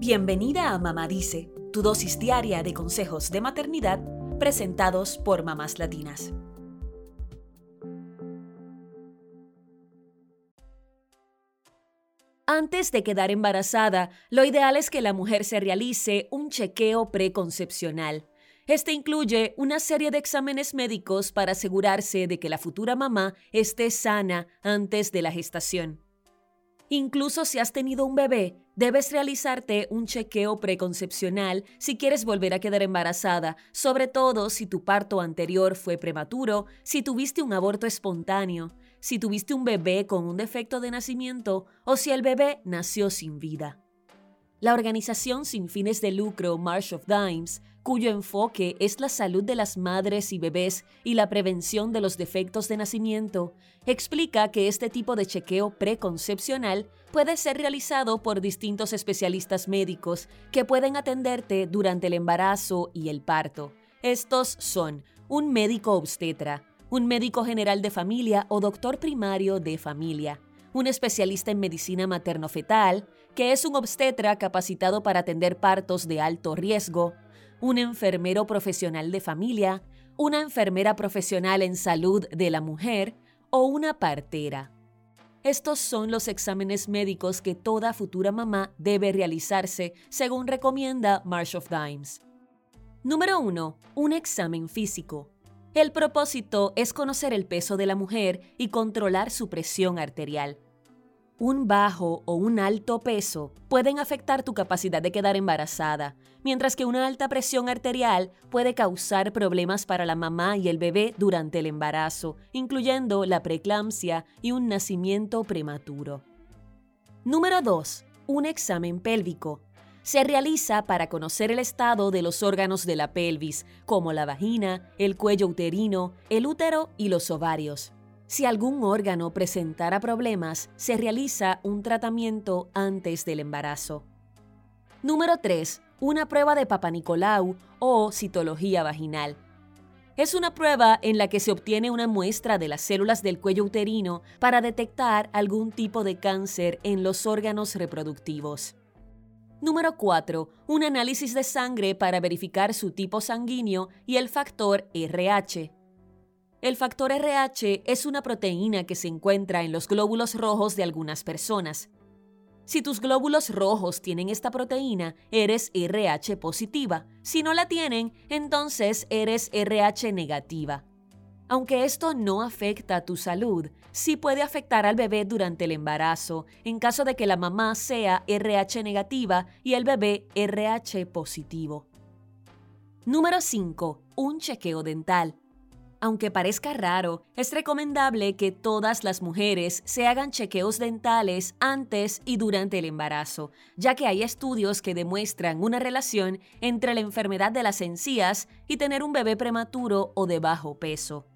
Bienvenida a Mamá Dice, tu dosis diaria de consejos de maternidad presentados por mamás latinas. Antes de quedar embarazada, lo ideal es que la mujer se realice un chequeo preconcepcional. Este incluye una serie de exámenes médicos para asegurarse de que la futura mamá esté sana antes de la gestación. Incluso si has tenido un bebé, debes realizarte un chequeo preconcepcional si quieres volver a quedar embarazada, sobre todo si tu parto anterior fue prematuro, si tuviste un aborto espontáneo, si tuviste un bebé con un defecto de nacimiento o si el bebé nació sin vida. La organización sin fines de lucro March of Dimes, cuyo enfoque es la salud de las madres y bebés y la prevención de los defectos de nacimiento, explica que este tipo de chequeo preconcepcional puede ser realizado por distintos especialistas médicos que pueden atenderte durante el embarazo y el parto. Estos son un médico obstetra, un médico general de familia o doctor primario de familia, un especialista en medicina materno-fetal, que es un obstetra capacitado para atender partos de alto riesgo, un enfermero profesional de familia, una enfermera profesional en salud de la mujer o una partera. Estos son los exámenes médicos que toda futura mamá debe realizarse, según recomienda March of Dimes. Número 1. Un examen físico. El propósito es conocer el peso de la mujer y controlar su presión arterial. Un bajo o un alto peso pueden afectar tu capacidad de quedar embarazada, mientras que una alta presión arterial puede causar problemas para la mamá y el bebé durante el embarazo, incluyendo la preeclampsia y un nacimiento prematuro. Número 2. Un examen pélvico. Se realiza para conocer el estado de los órganos de la pelvis, como la vagina, el cuello uterino, el útero y los ovarios. Si algún órgano presentara problemas, se realiza un tratamiento antes del embarazo. Número 3. Una prueba de Papa Nicolau o citología vaginal. Es una prueba en la que se obtiene una muestra de las células del cuello uterino para detectar algún tipo de cáncer en los órganos reproductivos. Número 4. Un análisis de sangre para verificar su tipo sanguíneo y el factor RH. El factor RH es una proteína que se encuentra en los glóbulos rojos de algunas personas. Si tus glóbulos rojos tienen esta proteína, eres RH positiva. Si no la tienen, entonces eres RH negativa. Aunque esto no afecta a tu salud, sí puede afectar al bebé durante el embarazo, en caso de que la mamá sea RH negativa y el bebé RH positivo. Número 5. Un chequeo dental. Aunque parezca raro, es recomendable que todas las mujeres se hagan chequeos dentales antes y durante el embarazo, ya que hay estudios que demuestran una relación entre la enfermedad de las encías y tener un bebé prematuro o de bajo peso.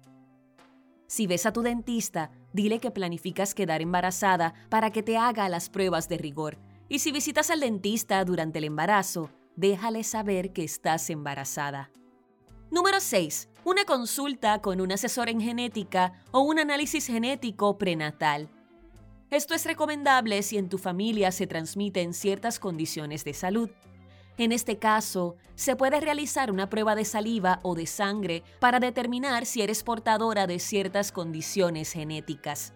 Si ves a tu dentista, dile que planificas quedar embarazada para que te haga las pruebas de rigor. Y si visitas al dentista durante el embarazo, déjale saber que estás embarazada. Número 6. Una consulta con un asesor en genética o un análisis genético prenatal. Esto es recomendable si en tu familia se transmiten ciertas condiciones de salud. En este caso, se puede realizar una prueba de saliva o de sangre para determinar si eres portadora de ciertas condiciones genéticas.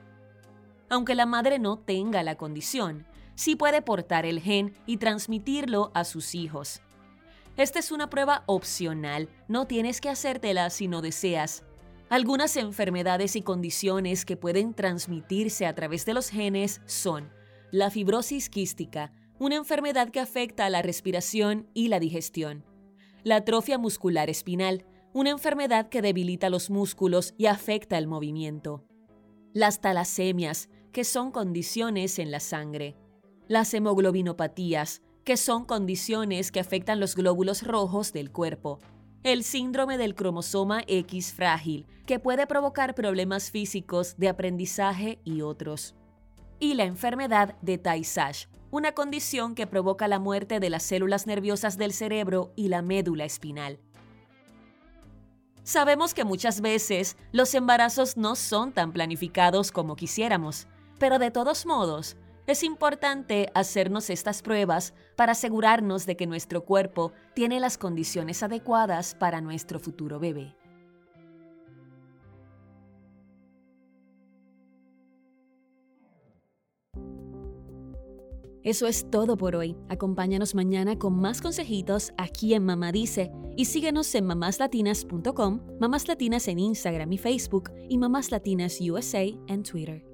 Aunque la madre no tenga la condición, sí puede portar el gen y transmitirlo a sus hijos. Esta es una prueba opcional, no tienes que hacértela si no deseas. Algunas enfermedades y condiciones que pueden transmitirse a través de los genes son la fibrosis quística, una enfermedad que afecta a la respiración y la digestión; la atrofia muscular espinal, una enfermedad que debilita los músculos y afecta el movimiento; las talasemias, que son condiciones en la sangre; las hemoglobinopatías, que son condiciones que afectan los glóbulos rojos del cuerpo; el síndrome del cromosoma X frágil, que puede provocar problemas físicos, de aprendizaje y otros; y la enfermedad de Tay-Sachs, una condición que provoca la muerte de las células nerviosas del cerebro y la médula espinal. Sabemos que muchas veces los embarazos no son tan planificados como quisiéramos, pero de todos modos, Es importante hacernos estas pruebas para asegurarnos de que nuestro cuerpo tiene las condiciones adecuadas para nuestro futuro bebé. Eso es todo por hoy. Acompáñanos mañana con más consejitos aquí en Mamá Dice y síguenos en mamáslatinas.com, Mamás Latinas en Instagram y Facebook y Mamás Latinas USA en Twitter.